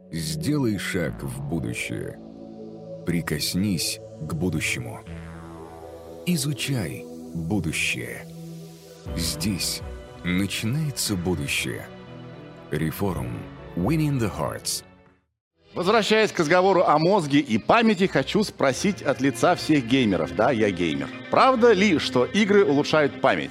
Сделай шаг в будущее. Прикоснись к будущему. Изучай будущее. Здесь начинается будущее. Reforum. Winning the Hearts. Возвращаясь к разговору о мозге и памяти, хочу спросить от лица всех геймеров. Да, я геймер. Правда ли, что игры улучшают память?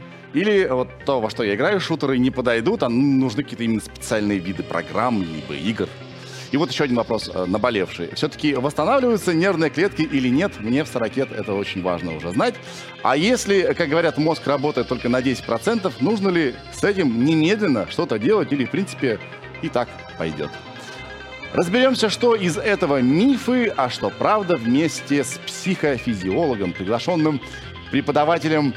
Или вот то, во что я играю, шутеры не подойдут, а нужны какие-то именно специальные виды программ, либо игр? И вот еще один вопрос наболевший. Все-таки восстанавливаются нервные клетки или нет? Мне в 40 лет это очень важно уже знать. А если, как говорят, мозг работает только на 10%, нужно ли с этим немедленно что-то делать или, в принципе, и так пойдет? Разберемся, что из этого мифы, а что правда, вместе с психофизиологом, приглашенным преподавателем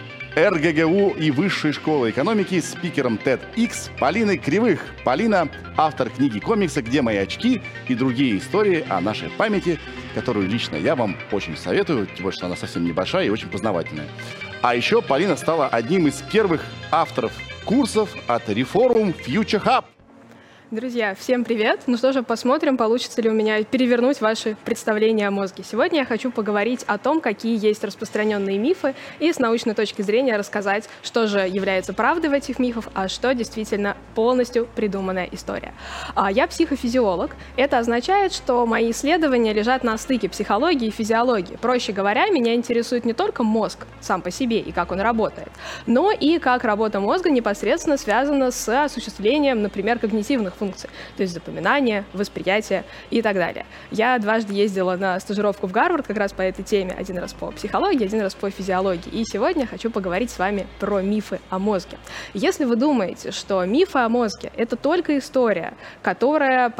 РГГУ и Высшей школы экономики, спикером TEDx Полиной Кривых. Полина – автор книги комикса «Где мои очки» и другие истории о нашей памяти, которую лично я вам очень советую, тем более, что она совсем небольшая и очень познавательная. А еще Полина стала одним из первых авторов курсов от Reforum Future Hub. Друзья, всем привет! Ну что же, посмотрим, получится ли у меня перевернуть ваши представления о мозге. Сегодня я хочу поговорить о том, какие есть распространенные мифы, и с научной точки зрения рассказать, что же является правдой в этих мифах, а что действительно полностью придуманная история. Я психофизиолог. Это означает, что мои исследования лежат на стыке психологии и физиологии. Проще говоря, меня интересует не только мозг сам по себе и как он работает, но и как работа мозга непосредственно связана с осуществлением, например, когнитивных функций, то есть запоминание, восприятие и так далее. Я дважды ездила на стажировку в Гарвард как раз по этой теме, один раз по психологии, один раз по физиологии. И сегодня хочу поговорить с вами про мифы о мозге. Если вы думаете, что мифы о мозге — это только история, которой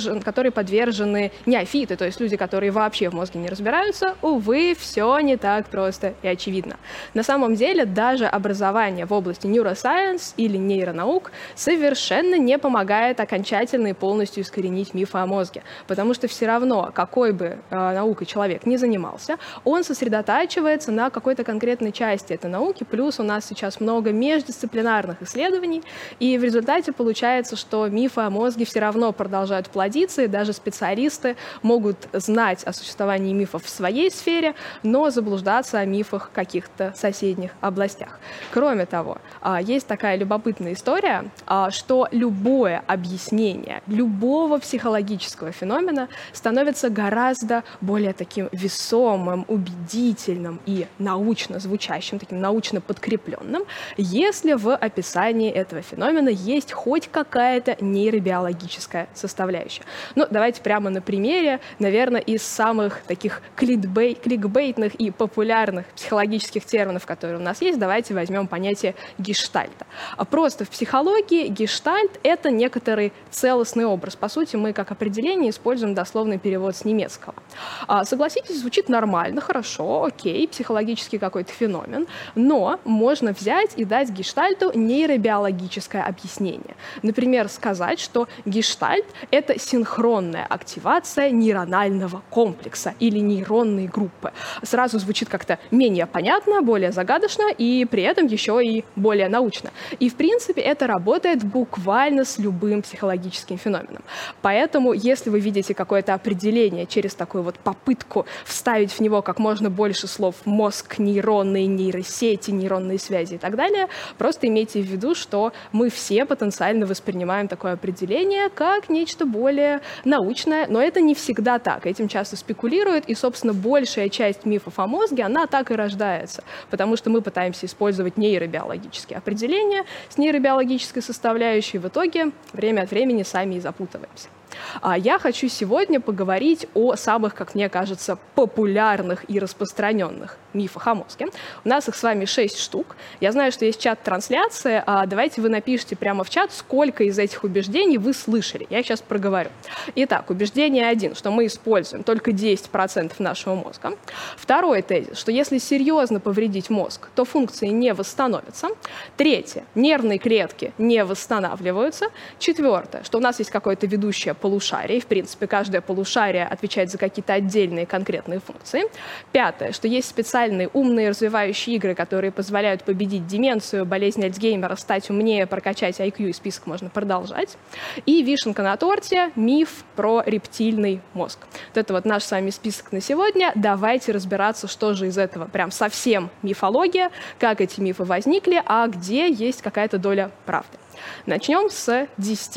подвержены неофиты, то есть люди, которые вообще в мозге не разбираются, увы, все не так просто и очевидно. На самом деле даже образование в области neuroscience или нейронаук совершенно не помогает окончательно и полностью искоренить мифы о мозге. Потому что все равно, какой бы наукой человек ни занимался, он сосредотачивается на какой-то конкретной части этой науки, плюс у нас сейчас много междисциплинарных исследований, и в результате получается, что мифы о мозге все равно продолжают плодиться, и даже специалисты могут знать о существовании мифов в своей сфере, но заблуждаться о мифах в каких-то соседних областях. Кроме того, есть такая любопытная история, что любое объяснение любого психологического феномена становится гораздо более таким весомым, убедительным и научно звучащим, таким научно подкрепленным, если в описании этого феномена есть хоть какая-то нейробиологическая составляющая. Ну, давайте прямо на примере, наверное, из самых таких кликбейтных и популярных психологических терминов, которые у нас есть, давайте возьмем понятие гештальта. Просто в психологии гештальт — это некоторый целостный образ. По сути, мы как определение используем дословный перевод с немецкого. Согласитесь, звучит нормально, хорошо, окей, психологический какой-то феномен, но можно взять и дать гештальту нейробиологическое объяснение. Например, сказать, что гештальт — это синхронная активация нейронального комплекса или нейронной группы. Сразу звучит как-то менее понятно, более загадочно и при этом еще и более научно. И, в принципе, это работает буквально с любым психологическим феноменом. Поэтому, если вы видите какое-то определение через такую вот попытку вставить в него как можно больше слов мозг, нейронные, нейросети, нейронные связи и так далее, просто имейте в виду, что мы все потенциально воспринимаем такое определение как нечто более научное, но это не всегда так. Этим часто спекулируют, и, собственно, большая часть мифов о мозге, она так и рождается, потому что мы пытаемся использовать нейробиологические определения с нейробиологической составляющей, в итоге время от времени сами и запутываемся. Я хочу сегодня поговорить о самых, как мне кажется, популярных и распространенных мифах о мозге. У нас их с вами 6 штук. Я знаю, что есть чат-трансляции. Давайте вы напишите прямо в чат, сколько из этих убеждений вы слышали. Я сейчас проговорю. Итак, убеждение 1, что мы используем только 10% нашего мозга. Второй тезис, что если серьезно повредить мозг, то функции не восстановятся. Третье, нервные клетки не восстанавливаются. Четвертое, Четвертое, что у нас есть какое-то ведущее полушарие, и, в принципе, каждое полушарие отвечает за какие-то отдельные конкретные функции. Пятое, что есть специальные умные развивающие игры, которые позволяют победить деменцию, болезнь Альцгеймера, стать умнее, прокачать IQ, и список можно продолжать. И вишенка на торте — миф про рептильный мозг. Вот это вот наш с вами список на сегодня. Давайте разбираться, что же из этого прям совсем мифология, как эти мифы возникли, а где есть какая-то доля правды. Начнем с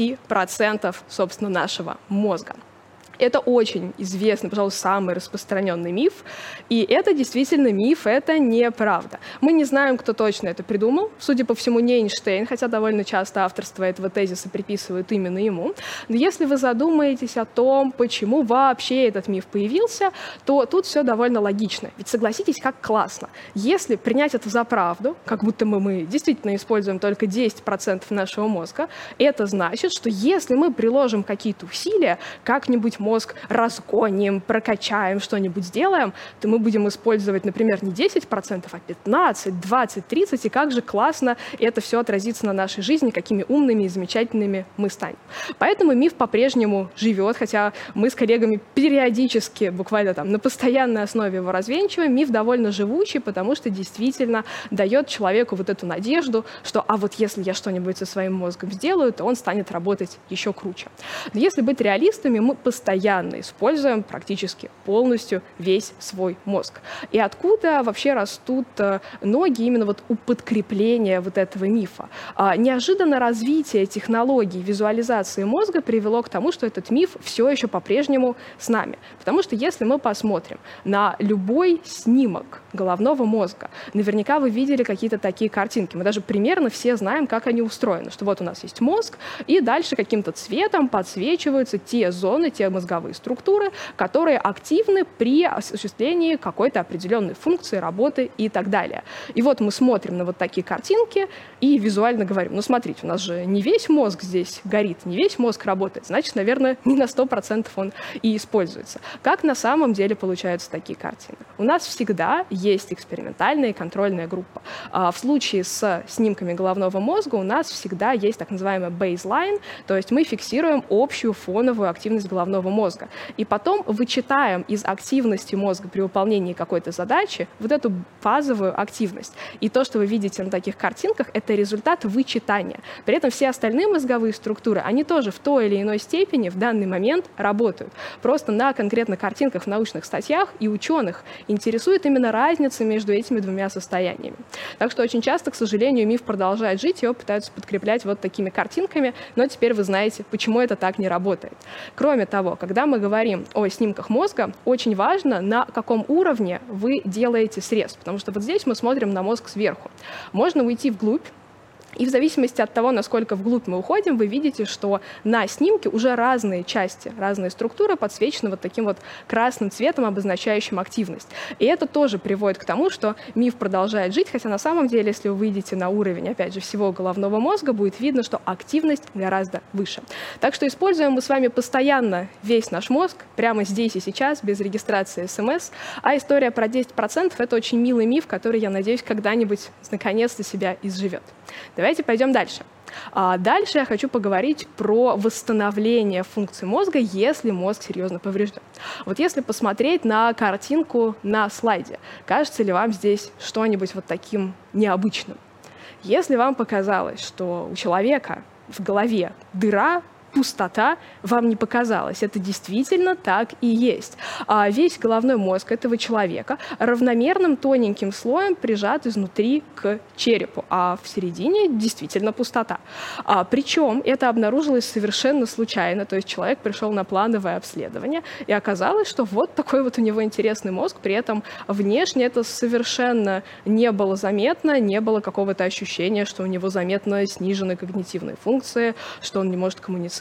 10%, собственно, нашего мозга. Это очень известный, пожалуй, самый распространенный миф. И это действительно миф, это неправда. Мы не знаем, кто точно это придумал. Судя по всему, не Эйнштейн, хотя довольно часто авторство этого тезиса приписывают именно ему. Но если вы задумаетесь о том, почему вообще этот миф появился, то тут все довольно логично. Ведь согласитесь, как классно. Если принять это за правду, как будто мы действительно используем только 10% нашего мозга, это значит, что если мы приложим какие-то усилия, как-нибудь мозг разгоним, прокачаем, что-нибудь сделаем, то мы будем использовать, например, не 10%, а 15, 20, 30, и как же классно это все отразится на нашей жизни, какими умными и замечательными мы станем. Поэтому миф по-прежнему живет, хотя мы с коллегами периодически, буквально там на постоянной основе его развенчиваем. Миф довольно живучий, потому что действительно дает человеку вот эту надежду, что а вот если я что-нибудь со своим мозгом сделаю, то он станет работать еще круче. Но если быть реалистами, мы постоянно используем практически полностью весь свой мозг. И откуда вообще растут ноги именно вот у подкрепления вот этого мифа? Неожиданное развитие технологий визуализации мозга привело к тому, что этот миф все еще по-прежнему с нами. Потому что если мы посмотрим на любой снимок головного мозга, наверняка вы видели какие-то такие картинки. Мы даже примерно все знаем, как они устроены. Что вот у нас есть мозг, и дальше каким-то цветом подсвечиваются те зоны, те мозговые структуры, которые активны при осуществлении какой-то определенной функции, работы и так далее. И вот мы смотрим на вот такие картинки и визуально говорим, ну смотрите, у нас же не весь мозг здесь горит, не весь мозг работает, значит, наверное, не на 100% он и используется. Как на самом деле получаются такие картины? У нас всегда есть экспериментальная и контрольная группа. В случае с снимками головного мозга у нас всегда есть так называемый baseline, то есть мы фиксируем общую фоновую активность головного мозга. И потом вычитаем из активности мозга при выполнении какой-то задачи вот эту фазовую активность. И то, что вы видите на таких картинках, это результат вычитания. При этом все остальные мозговые структуры, они тоже в той или иной степени в данный момент работают. Просто на конкретно картинках в научных статьях и ученых интересует именно разница между этими двумя состояниями. Так что очень часто, к сожалению, миф продолжает жить, его пытаются подкреплять вот такими картинками, но теперь вы знаете, почему это так не работает. Кроме того, когда мы говорим о снимках мозга, очень важно, на каком уровне вы делаете срез, потому что вот здесь мы смотрим на мозг сверху. Можно уйти вглубь, и в зависимости от того, насколько вглубь мы уходим, вы видите, что на снимке уже разные части, разные структуры подсвечены вот таким вот красным цветом, обозначающим активность. И это тоже приводит к тому, что миф продолжает жить, хотя на самом деле, если вы выйдете на уровень, опять же, всего головного мозга, будет видно, что активность гораздо выше. Так что используем мы с вами постоянно весь наш мозг, прямо здесь и сейчас, без регистрации СМС. А история про 10% — это очень милый миф, который, я надеюсь, когда-нибудь наконец-то себя изживет. Давайте пойдем дальше. Дальше я хочу поговорить про восстановление функций мозга, если мозг серьезно поврежден. Вот если посмотреть на картинку на слайде, кажется ли вам здесь что-нибудь вот таким необычным? Если вам показалось, что у человека в голове дыра, пустота, вам не показалось. Это действительно так и есть. Весь головной мозг этого человека равномерным тоненьким слоем прижат изнутри к черепу, а в середине действительно пустота. Причем это обнаружилось совершенно случайно, то есть человек пришел на плановое обследование, и оказалось, что вот такой вот у него интересный мозг, при этом внешне это совершенно не было заметно, не было какого-то ощущения, что у него заметно снижены когнитивные функции, что он не может коммуницировать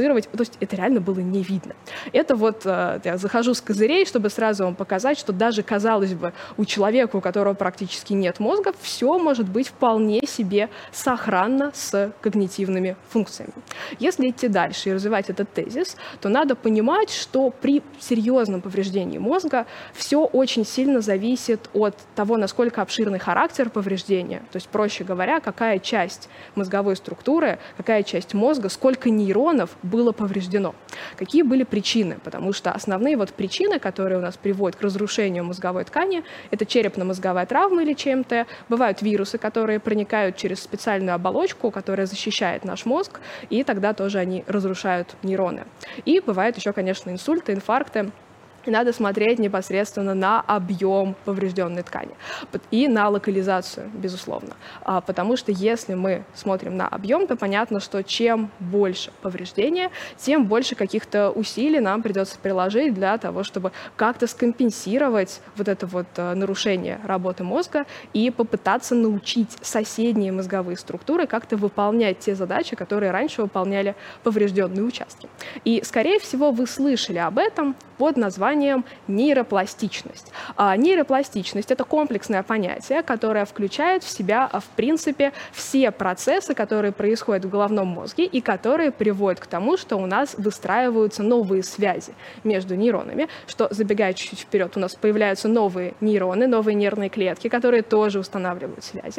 проецировать, то есть это реально было не видно. Это вот я захожу с козырей, чтобы сразу вам показать, что даже, казалось бы, у человека, у которого практически нет мозга, все может быть вполне себе сохранно с когнитивными функциями. Если идти дальше и развивать этот тезис, то надо понимать, что при серьезном повреждении мозга все очень сильно зависит от того, насколько обширный характер повреждения, то есть, проще говоря, какая часть мозговой структуры, какая часть мозга, сколько нейронов было повреждено. Какие были причины? Потому что основные вот причины, которые у нас приводят к разрушению мозговой ткани, это черепно-мозговая травма или ЧМТ, бывают вирусы, которые проникают через специальную оболочку, которая защищает наш мозг, и тогда тоже они разрушают нейроны. И бывают еще, конечно, инсульты, инфаркты. Надо смотреть непосредственно на объем поврежденной ткани и на локализацию, безусловно. Потому что если мы смотрим на объем, то понятно, что чем больше повреждения, тем больше каких-то усилий нам придется приложить для того, чтобы как-то скомпенсировать вот это вот нарушение работы мозга и попытаться научить соседние мозговые структуры как-то выполнять те задачи, которые раньше выполняли поврежденные участки. И, скорее всего, вы слышали об этом под названием нейропластичность. Нейропластичность — это комплексное понятие, которое включает в себя, в принципе, все процессы, которые происходят в головном мозге и которые приводят к тому, что у нас выстраиваются новые связи между нейронами, что, забегая чуть-чуть вперед, у нас появляются новые нейроны, новые нервные клетки, которые тоже устанавливают связи.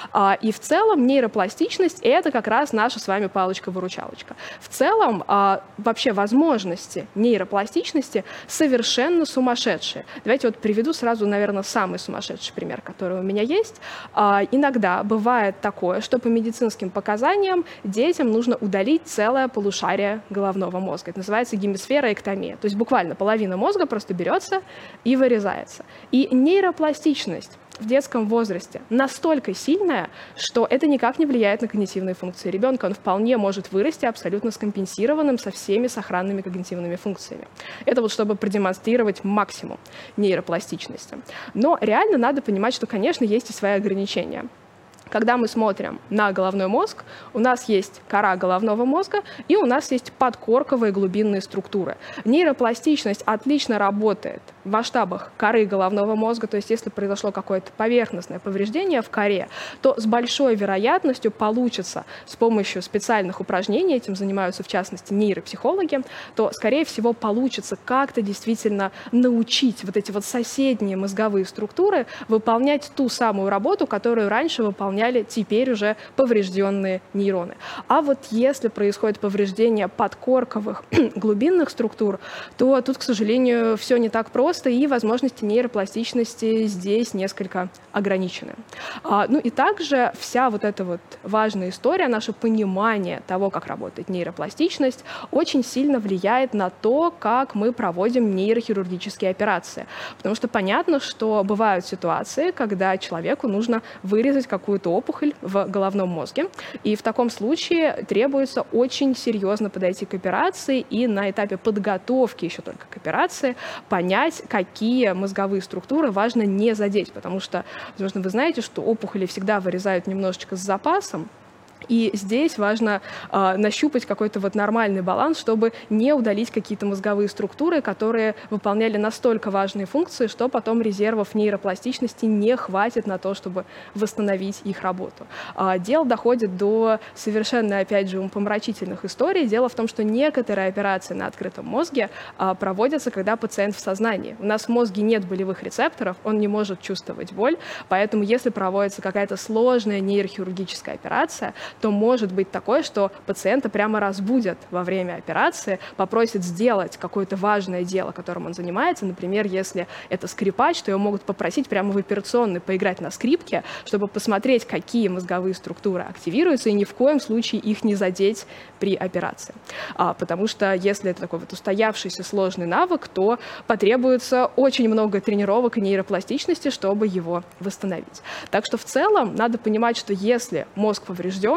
И в целом нейропластичность — это как раз наша с вами палочка-выручалочка. В целом вообще возможности нейропластичности совершенно сумасшедшие. Давайте вот приведу сразу, наверное, самый сумасшедший пример, который у меня есть. Иногда бывает такое, что по медицинским показаниям детям нужно удалить целое полушарие головного мозга. Это называется гемисфероэктомия. То есть буквально половина мозга просто берется и вырезается. И нейропластичность в детском возрасте настолько сильная, что это никак не влияет на когнитивные функции ребенка. Он вполне может вырасти абсолютно скомпенсированным со всеми сохранными когнитивными функциями. Это вот чтобы продемонстрировать максимум нейропластичности. Но реально надо понимать, что, конечно, есть и свои ограничения. Когда мы смотрим на головной мозг, у нас есть кора головного мозга и у нас есть подкорковые глубинные структуры. Нейропластичность отлично работает в масштабах коры головного мозга, то есть если произошло какое-то поверхностное повреждение в коре, то с большой вероятностью получится с помощью специальных упражнений, этим занимаются в частности нейропсихологи, то, скорее всего, получится как-то действительно научить вот эти вот соседние мозговые структуры выполнять ту самую работу, которую раньше выполняли теперь уже поврежденные нейроны. А вот если происходит повреждение подкорковых глубинных структур, то тут, к сожалению, все не так просто, и возможности нейропластичности здесь несколько ограничены. Ну и также вся вот эта вот важная история, наше понимание того, как работает нейропластичность, очень сильно влияет на то, как мы проводим нейрохирургические операции. Потому что понятно, что бывают ситуации, когда человеку нужно вырезать какую-то опухоль в головном мозге. И в таком случае требуется очень серьезно подойти к операции и на этапе подготовки еще только к операции понять, какие мозговые структуры важно не задеть. Потому что, возможно, вы знаете, что опухоли всегда вырезают немножечко с запасом. И здесь важно нащупать какой-то вот нормальный баланс, чтобы не удалить какие-то мозговые структуры, которые выполняли настолько важные функции, что потом резервов нейропластичности не хватит на то, чтобы восстановить их работу. Дело доходит до совершенно, опять же, умопомрачительных историй. Дело в том, что некоторые операции на открытом мозге проводятся, когда пациент в сознании. У нас в мозге нет болевых рецепторов, он не может чувствовать боль, поэтому если проводится какая-то сложная нейрохирургическая операция, то может быть такое, что пациента прямо разбудят во время операции, попросят сделать какое-то важное дело, которым он занимается. Например, если это скрипач, то его могут попросить прямо в операционной поиграть на скрипке, чтобы посмотреть, какие мозговые структуры активируются, и ни в коем случае их не задеть при операции. Потому что если это такой вот устоявшийся сложный навык, то потребуется очень много тренировок и нейропластичности, чтобы его восстановить. Так что в целом надо понимать, что если мозг поврежден,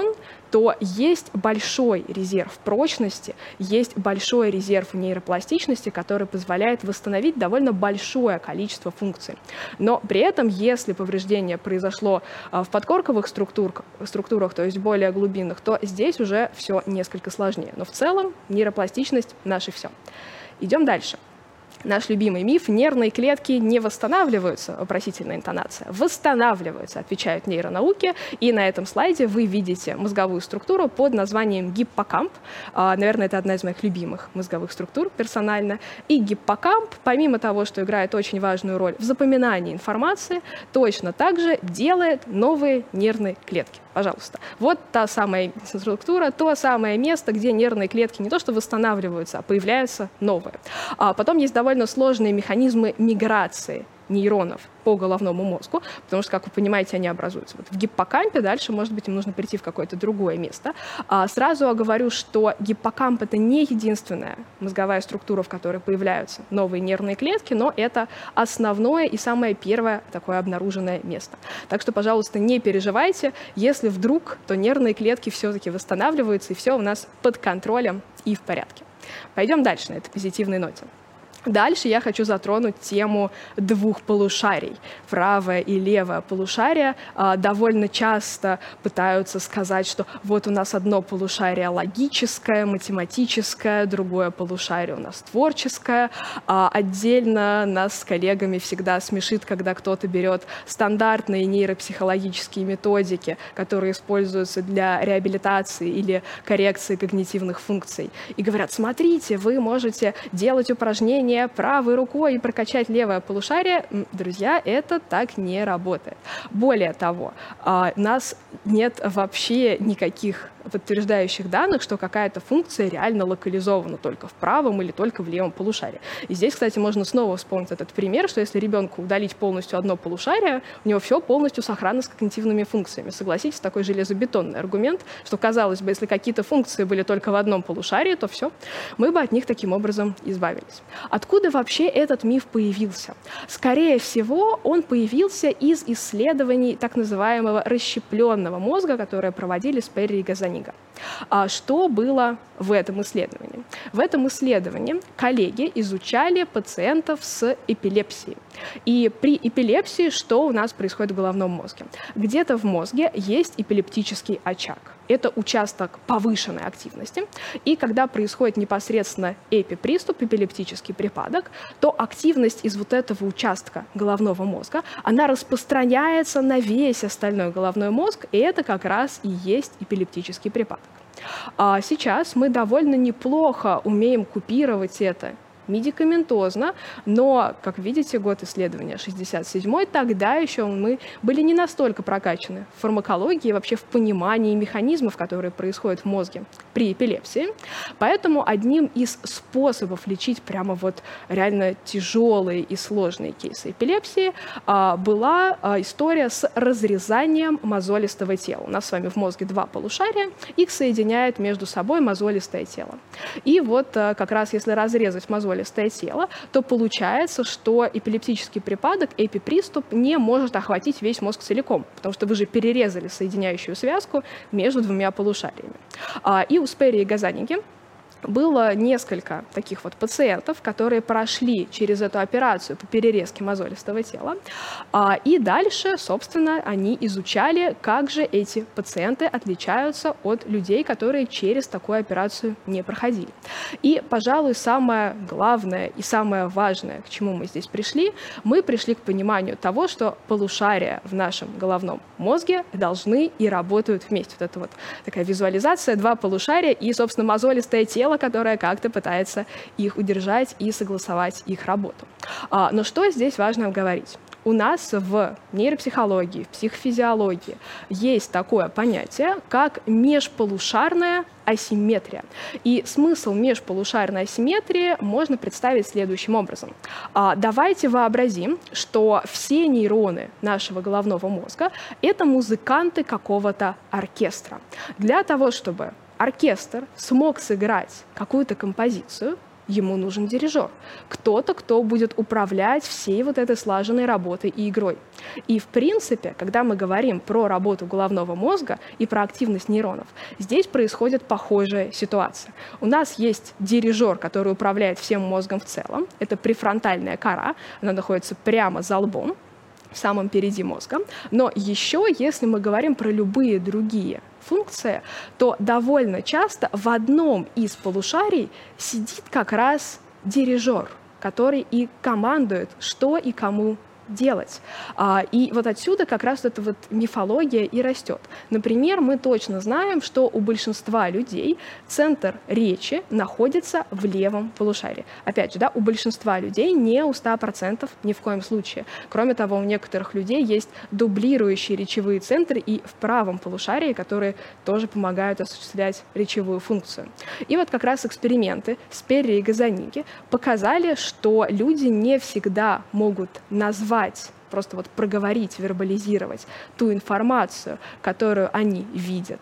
нейрон, то есть большой резерв прочности, есть большой резерв нейропластичности, который позволяет восстановить довольно большое количество функций. Но при этом, если повреждение произошло в подкорковых структурах, то есть более глубинных, то здесь уже все несколько сложнее. Но в целом нейропластичность — наше все. Идем дальше. Наш любимый миф: нервные клетки не восстанавливаются, вопросительная интонация, восстанавливаются, отвечают нейронауки. И на этом слайде вы видите мозговую структуру под названием гиппокамп. Наверное, это одна из моих любимых мозговых структур персонально. И гиппокамп, помимо того, что играет очень важную роль в запоминании информации, точно так же делает новые нервные клетки. Пожалуйста. Вот та самая структура, то самое место, где нервные клетки не то что восстанавливаются, а появляются новые. Потом есть довольно сложные механизмы миграции нейронов по головному мозгу, потому что, как вы понимаете, они образуются вот в гиппокампе, дальше, может быть, им нужно перейти в какое-то другое место. Сразу оговорю, что гиппокамп — это не единственная мозговая структура, в которой появляются новые нервные клетки, но это основное и самое первое такое обнаруженное место. Так что, пожалуйста, не переживайте, если вдруг, то нервные клетки все-таки восстанавливаются, и все у нас под контролем и в порядке. Пойдем дальше на этой позитивной ноте. Дальше я хочу затронуть тему двух полушарий. Правое и левое полушарие довольно часто пытаются сказать, что вот у нас одно полушарие логическое, математическое, другое полушарие у нас творческое. Отдельно нас с коллегами всегда смешит, когда кто-то берет стандартные нейропсихологические методики, которые используются для реабилитации или коррекции когнитивных функций, и говорят: смотрите, вы можете делать упражнения правой рукой и прокачать левое полушарие. Друзья, это так не работает. Более того, у нас нет вообще никаких подтверждающих данных, что какая-то функция реально локализована только в правом или только в левом полушарии. И здесь, кстати, можно снова вспомнить этот пример, что если ребенку удалить полностью одно полушарие, у него все полностью сохранно с когнитивными функциями. Согласитесь, такой железобетонный аргумент, что, казалось бы, если какие-то функции были только в одном полушарии, то все, мы бы от них таким образом избавились. Откуда вообще этот миф появился? Скорее всего, он появился из исследований так называемого расщепленного мозга, которые проводили Сперри и Газанига. Что было в этом исследовании? В этом исследовании коллеги изучали пациентов с эпилепсией. И при эпилепсии что у нас происходит в головном мозге? Где-то в мозге есть эпилептический очаг. Это участок повышенной активности. И когда происходит непосредственно эпиприступ, эпилептический припадок, то активность из вот этого участка головного мозга, она распространяется на весь остальной головной мозг, и это как раз и есть эпилептический припадок. Сейчас мы довольно неплохо умеем купировать это медикаментозно, но, как видите, год исследования 67-й, тогда еще мы были не настолько прокачаны в фармакологии и вообще в понимании механизмов, которые происходят в мозге при эпилепсии. Поэтому одним из способов лечить прямо вот реально тяжелые и сложные кейсы эпилепсии была история с разрезанием мозолистого тела. У нас с вами в мозге два полушария, их соединяет между собой мозолистое тело. И вот как раз если разрезать мозолистое тело, то получается, что эпилептический припадок, эпиприступ, не может охватить весь мозг целиком, потому что вы же перерезали соединяющую связку между двумя полушариями. И у Сперри и Газаниги было несколько таких вот пациентов, которые прошли через эту операцию по перерезке мозолистого тела. И дальше, собственно, они изучали, как же эти пациенты отличаются от людей, которые через такую операцию не проходили. И, пожалуй, самое главное и самое важное, к чему мы здесь пришли, мы пришли к пониманию того, что полушария в нашем головном мозге должны и работают вместе. Вот это вот такая визуализация, два полушария и, собственно, мозолистое тело, которое как-то пытается их удержать и согласовать их работу. Но что здесь важно говорить? У нас в нейропсихологии, в психофизиологии есть такое понятие, как межполушарная асимметрия. И смысл межполушарной асимметрии можно представить следующим образом. Давайте вообразим, что все нейроны нашего головного мозга — это музыканты какого-то оркестра. Для того, чтобы оркестр смог сыграть какую-то композицию, ему нужен дирижер. Кто-то, кто будет управлять всей вот этой слаженной работой и игрой. И, в принципе, когда мы говорим про работу головного мозга и про активность нейронов, здесь происходит похожая ситуация. У нас есть дирижер, который управляет всем мозгом в целом. Это префронтальная кора, она находится прямо за лбом, в самом впереди мозга. Но еще, если мы говорим про любые другие функции, то довольно часто в одном из полушарий сидит как раз дирижер, который и командует, что и кому делать. И вот отсюда как раз эта вот мифология и растет. Например, мы точно знаем, что у большинства людей центр речи находится в левом полушарии. Опять же, да, у большинства людей, не у 100% ни в коем случае. Кроме того, у некоторых людей есть дублирующие речевые центры и в правом полушарии, которые тоже помогают осуществлять речевую функцию. И вот как раз эксперименты с Перри и Газаниги показали, что люди не всегда могут назвать, просто вот проговорить, вербализировать ту информацию, которую они видят,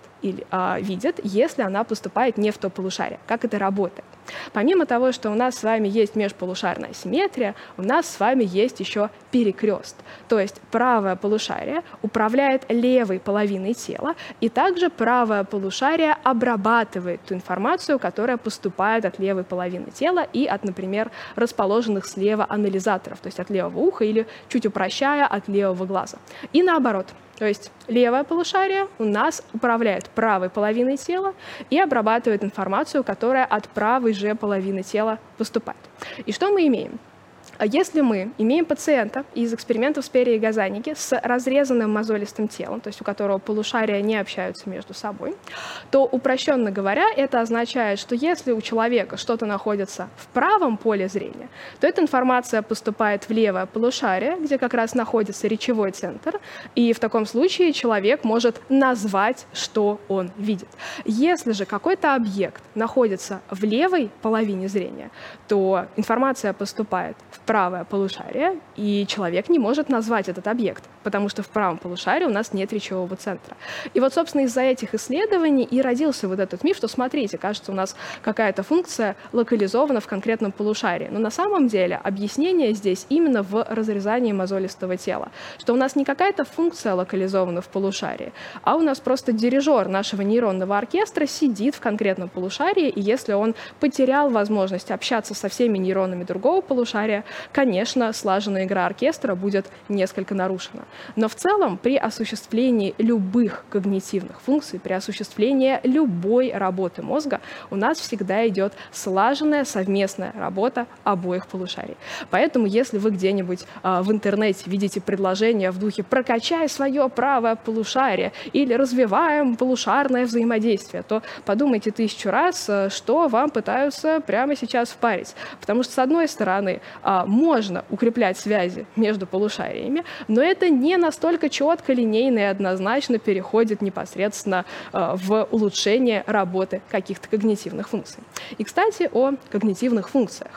если она поступает не в то полушарие. Как это работает? Помимо того, что у нас с вами есть межполушарная асимметрия, у нас с вами есть еще перекрест. То есть правое полушарие управляет левой половиной тела, и также правое полушарие обрабатывает ту информацию, которая поступает от левой половины тела и от, например, расположенных слева анализаторов, то есть от левого уха или, чуть упрощая, от левого глаза. И наоборот. То есть левое полушарие у нас управляет правой половиной тела и обрабатывает информацию, которая от правой же половины тела поступает. И что мы имеем? Если мы имеем пациента из экспериментов с Перри и Газаниги с разрезанным мозолистым телом, то есть у которого полушария не общаются между собой, то, упрощенно говоря, это означает, что если у человека что-то находится в правом поле зрения, то эта информация поступает в левое полушарие, где как раз находится речевой центр, и в таком случае человек может назвать, что он видит. Если же какой-то объект находится в левой половине зрения, то информация поступает в правое полушарие, и человек не может назвать этот объект, потому что в правом полушарии у нас нет речевого центра. И вот, собственно, из-за этих исследований и родился вот этот миф, что, смотрите, кажется, у нас какая-то функция локализована в конкретном полушарии. Но на самом деле объяснение здесь именно в разрезании мозолистого тела, что у нас не какая-то функция локализована в полушарии, а у нас просто дирижер нашего нейронного оркестра сидит в конкретном полушарии, и если он потерял возможность общаться со всеми нейронами другого полушария, конечно, слаженная игра оркестра будет несколько нарушена. Но в целом при осуществлении любых когнитивных функций, при осуществлении любой работы мозга у нас всегда идет слаженная совместная работа обоих полушарий. Поэтому если вы где-нибудь в интернете видите предложение в духе «прокачай свое правое полушарие» или «развиваем полушарное взаимодействие», то подумайте 1000 раз, что вам пытаются прямо сейчас впарить. Потому что, с одной стороны, можно укреплять связи между полушариями, но это не настолько четко, линейно и однозначно переходит непосредственно в улучшение работы каких-то когнитивных функций. И, кстати, о когнитивных функциях.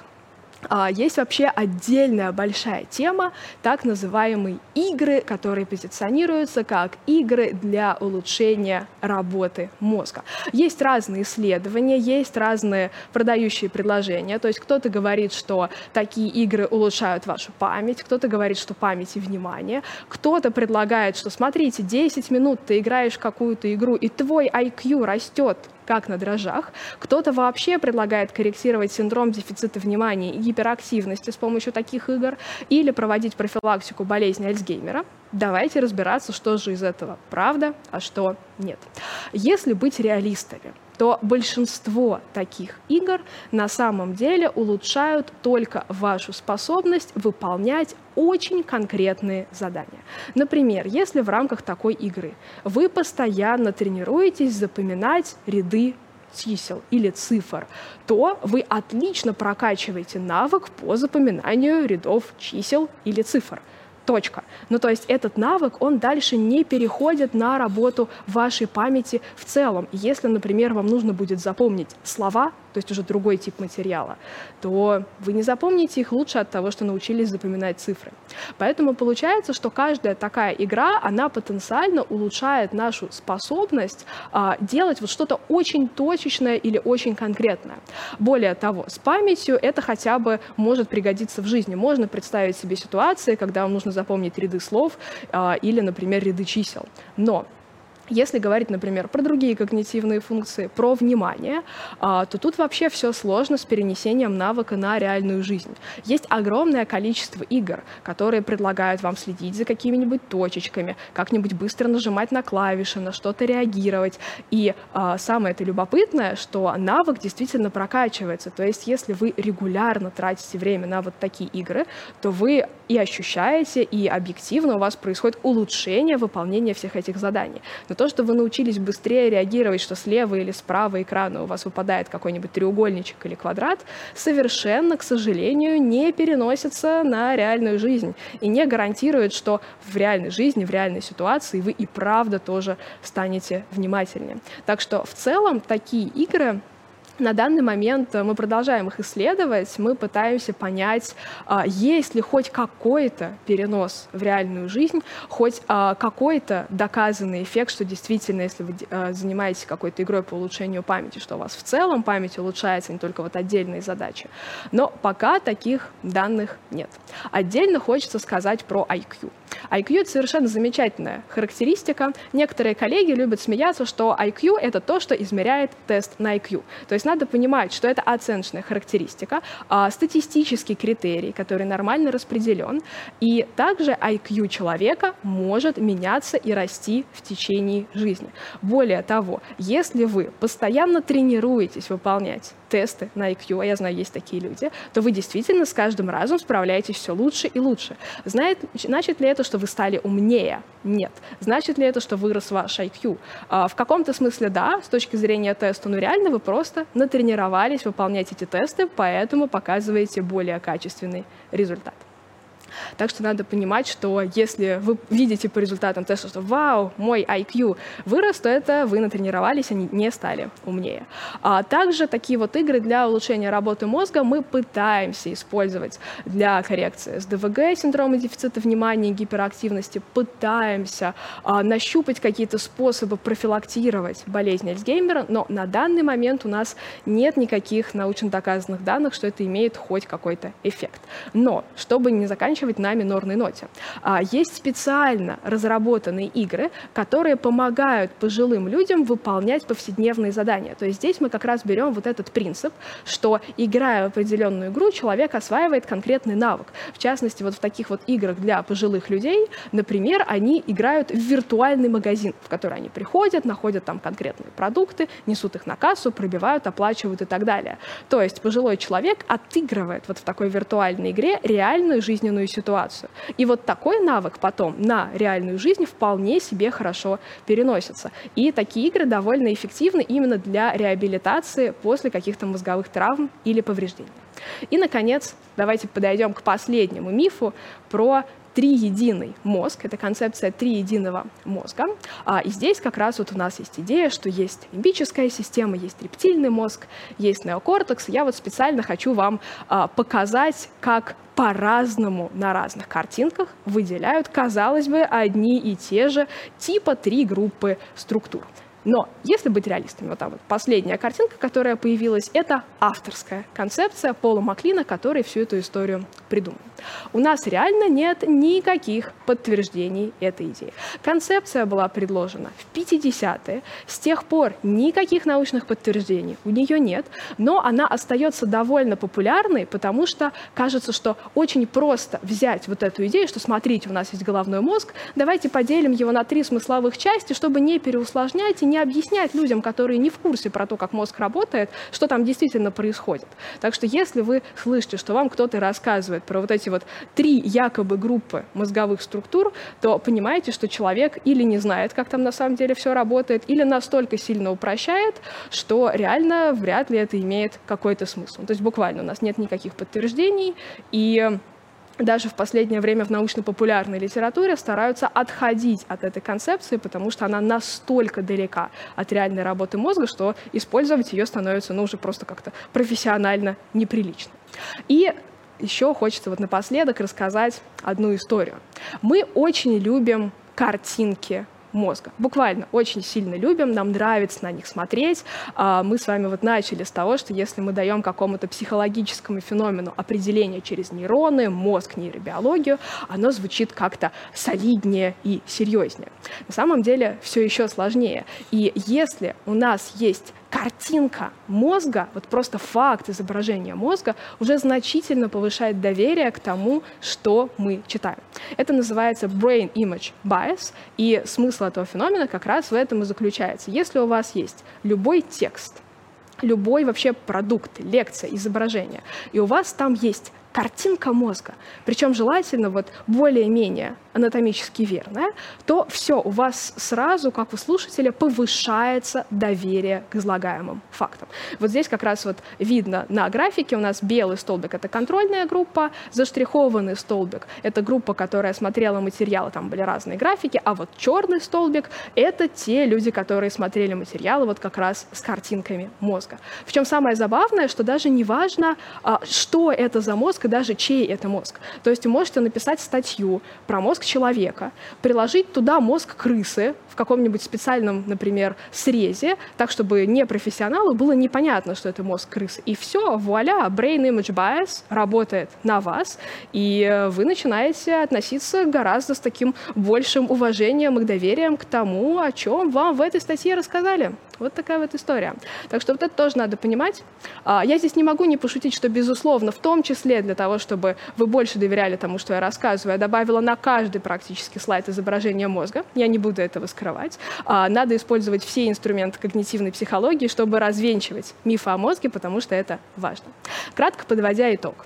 Есть вообще отдельная большая тема, так называемые игры, которые позиционируются как игры для улучшения работы мозга. Есть разные исследования, есть разные продающие предложения. То есть кто-то говорит, что такие игры улучшают вашу память, кто-то говорит, что память и внимание, кто-то предлагает, что смотрите, 10 минут ты играешь в какую-то игру, и твой IQ растет как на дрожжах. Кто-то вообще предлагает корректировать синдром дефицита внимания и гиперактивности с помощью таких игр или проводить профилактику болезни Альцгеймера. Давайте разбираться, что же из этого правда, а что нет. Если быть реалистами, то большинство таких игр на самом деле улучшают только вашу способность выполнять очень конкретные задания. Например, если в рамках такой игры вы постоянно тренируетесь запоминать ряды чисел или цифр, то вы отлично прокачиваете навык по запоминанию рядов чисел или цифр. Точка. Ну, то есть этот навык, он дальше не переходит на работу вашей памяти в целом. Если, например, вам нужно будет запомнить слова, то есть уже другой тип материала, то вы не запомните их лучше от того, что научились запоминать цифры. Поэтому получается, что каждая такая игра, она потенциально улучшает нашу способность делать вот что-то очень точечное или очень конкретное. Более того, с памятью это хотя бы может пригодиться в жизни. Можно представить себе ситуации, когда вам нужно запомнить ряды слов или, например, ряды чисел. Но если говорить, например, про другие когнитивные функции, про внимание, то тут вообще все сложно с перенесением навыка на реальную жизнь. Есть огромное количество игр, которые предлагают вам следить за какими-нибудь точечками, как-нибудь быстро нажимать на клавиши, на что-то реагировать. И самое это любопытное, что навык действительно прокачивается. То есть если вы регулярно тратите время на вот такие игры, то вы и ощущаете, и объективно у вас происходит улучшение выполнения всех этих заданий. Но то, что вы научились быстрее реагировать, что слева или справа экрана у вас выпадает какой-нибудь треугольничек или квадрат, совершенно, к сожалению, не переносится на реальную жизнь и не гарантирует, что в реальной жизни, в реальной ситуации вы и правда тоже станете внимательнее. Так что в целом такие игры на данный момент мы продолжаем их исследовать, мы пытаемся понять, есть ли хоть какой-то перенос в реальную жизнь, хоть какой-то доказанный эффект, что действительно, если вы занимаетесь какой-то игрой по улучшению памяти, что у вас в целом память улучшается, не только вот отдельные задачи. Но пока таких данных нет. Отдельно хочется сказать про IQ. IQ — это совершенно замечательная характеристика. Некоторые коллеги любят смеяться, что IQ — это то, что измеряет тест на IQ. То есть надо понимать, что это оценочная характеристика, статистический критерий, который нормально распределен. И также IQ человека может меняться и расти в течение жизни. Более того, если вы постоянно тренируетесь выполнять тесты на IQ, а я знаю, есть такие люди, то вы действительно с каждым разом справляетесь все лучше и лучше. Значит ли это, что вы стали умнее? Нет. Значит ли это, что вырос ваш IQ? В каком-то смысле да, с точки зрения теста, но реально вы просто натренировались выполнять эти тесты, поэтому показываете более качественный результат. Так что надо понимать, что если вы видите по результатам теста, что «Вау, мой IQ вырос», то это вы натренировались, они не стали умнее. Также такие вот игры для улучшения работы мозга мы пытаемся использовать для коррекции СДВГ, синдрома дефицита внимания и гиперактивности, пытаемся нащупать какие-то способы профилактировать болезнь Альцгеймера, но на данный момент у нас нет никаких научно доказанных данных, что это имеет хоть какой-то эффект. Но, чтобы не заканчивать на минорной ноте. Есть специально разработанные игры, которые помогают пожилым людям выполнять повседневные задания. То есть здесь мы как раз берем вот этот принцип, что, играя в определенную игру, человек осваивает конкретный навык. В частности, вот в таких вот играх для пожилых людей, например, они играют в виртуальный магазин, в который они приходят, находят там конкретные продукты, несут их на кассу, пробивают, оплачивают и так далее. То есть пожилой человек отыгрывает вот в такой виртуальной игре реальную жизненную ситуацию. И вот такой навык потом на реальную жизнь вполне себе хорошо переносится. И такие игры довольно эффективны именно для реабилитации после каких-то мозговых травм или повреждений. И, наконец, давайте подойдем к последнему мифу про триединый мозг. Это концепция триединого мозга. И здесь как раз вот у нас есть идея, что есть лимбическая система, есть рептильный мозг, есть неокортекс. Я вот специально хочу вам показать, как по-разному на разных картинках выделяют, казалось бы, одни и те же типа 3 группы структур. Но если быть реалистами, вот там вот последняя картинка, которая появилась, это авторская концепция Пола Маклина, который всю эту историю придумал. У нас реально нет никаких подтверждений этой идеи. Концепция была предложена в 50-е, с тех пор никаких научных подтверждений у нее нет, но она остается довольно популярной, потому что кажется, что очень просто взять вот эту идею, что смотрите, у нас есть головной мозг, давайте поделим его на 3 смысловых части, чтобы не переусложнять и не объяснять людям, которые не в курсе про то, как мозг работает, что там действительно происходит. Так что если вы слышите, что вам кто-то рассказывает про вот эти вот 3 якобы группы мозговых структур, то понимаете, что человек или не знает, как там на самом деле все работает, или настолько сильно упрощает, что реально вряд ли это имеет какой-то смысл. То есть буквально у нас нет никаких подтверждений, и даже в последнее время в научно-популярной литературе стараются отходить от этой концепции, потому что она настолько далека от реальной работы мозга, что использовать ее становится, уже просто как-то профессионально неприлично. И еще хочется напоследок рассказать одну историю. Мы очень любим картинки мозга. Буквально очень сильно любим, нам нравится на них смотреть. Мы с вами начали с того, что если мы даем какому-то психологическому феномену определение через нейроны, мозг, нейробиологию, оно звучит как-то солиднее и серьезнее. На самом деле все еще сложнее. И если у нас есть картинка мозга, просто факт изображения мозга уже значительно повышает доверие к тому, что мы читаем. Это называется brain image bias, и смысл этого феномена как раз в этом и заключается. Если у вас есть любой текст, любой вообще продукт, лекция, изображение, и у вас там есть картинка мозга, причем желательно более-менее анатомически верная, то все, у вас сразу, как у слушателя, повышается доверие к излагаемым фактам. Здесь как раз видно на графике, у нас белый столбик — это контрольная группа, заштрихованный столбик — это группа, которая смотрела материалы, там были разные графики, а черный столбик — это те люди, которые смотрели материалы как раз с картинками мозга. Причем самое забавное, что даже не важно, что это за мозг и даже чей это мозг. То есть вы можете написать статью про мозг человека, приложить туда мозг крысы в каком-нибудь специальном, например, срезе, так, чтобы непрофессионалу было непонятно, что это мозг крысы. И все, вуаля, brain image bias работает на вас, и вы начинаете относиться гораздо с таким большим уважением и доверием к тому, о чем вам в этой статье рассказали. Вот такая история. Так что это тоже надо понимать. Я здесь не могу не пошутить, что, безусловно, в том числе для того, чтобы вы больше доверяли тому, что я рассказываю, я добавила на каждый практически слайд изображение мозга. Я не буду этого скрывать. Надо использовать все инструменты когнитивной психологии, чтобы развенчивать мифы о мозге, потому что это важно. Кратко подводя итог.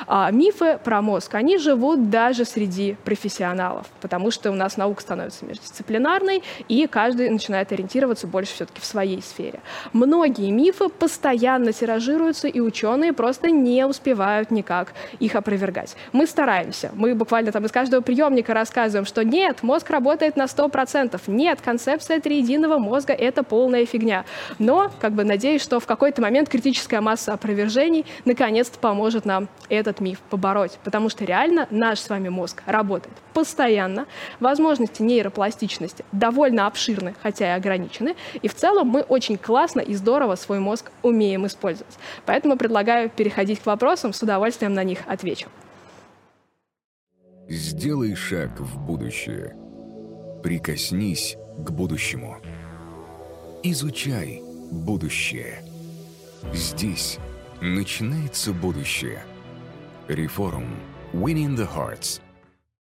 Мифы про мозг, они живут даже среди профессионалов, потому что у нас наука становится междисциплинарной, и каждый начинает ориентироваться больше все-таки в своей сфере. Многие мифы постоянно тиражируются, и ученые просто не успевают никак их опровергать. Мы стараемся, мы буквально из каждого приемника рассказываем, что нет, мозг работает на 100%, нет, концепция триединого мозга — это полная фигня. Но, надеюсь, что в какой-то момент критическая масса опровержений наконец-то поможет нам этот миф побороть, потому что реально наш с вами мозг работает постоянно, возможности нейропластичности довольно обширны, хотя и ограничены, и в целом мы очень классно и здорово свой мозг умеем использовать. Поэтому предлагаю переходить к вопросам, с удовольствием на них отвечу. Сделай шаг в будущее. Прикоснись к будущему. Изучай будущее. Здесь начинается будущее. Reforum. Winning the Hearts.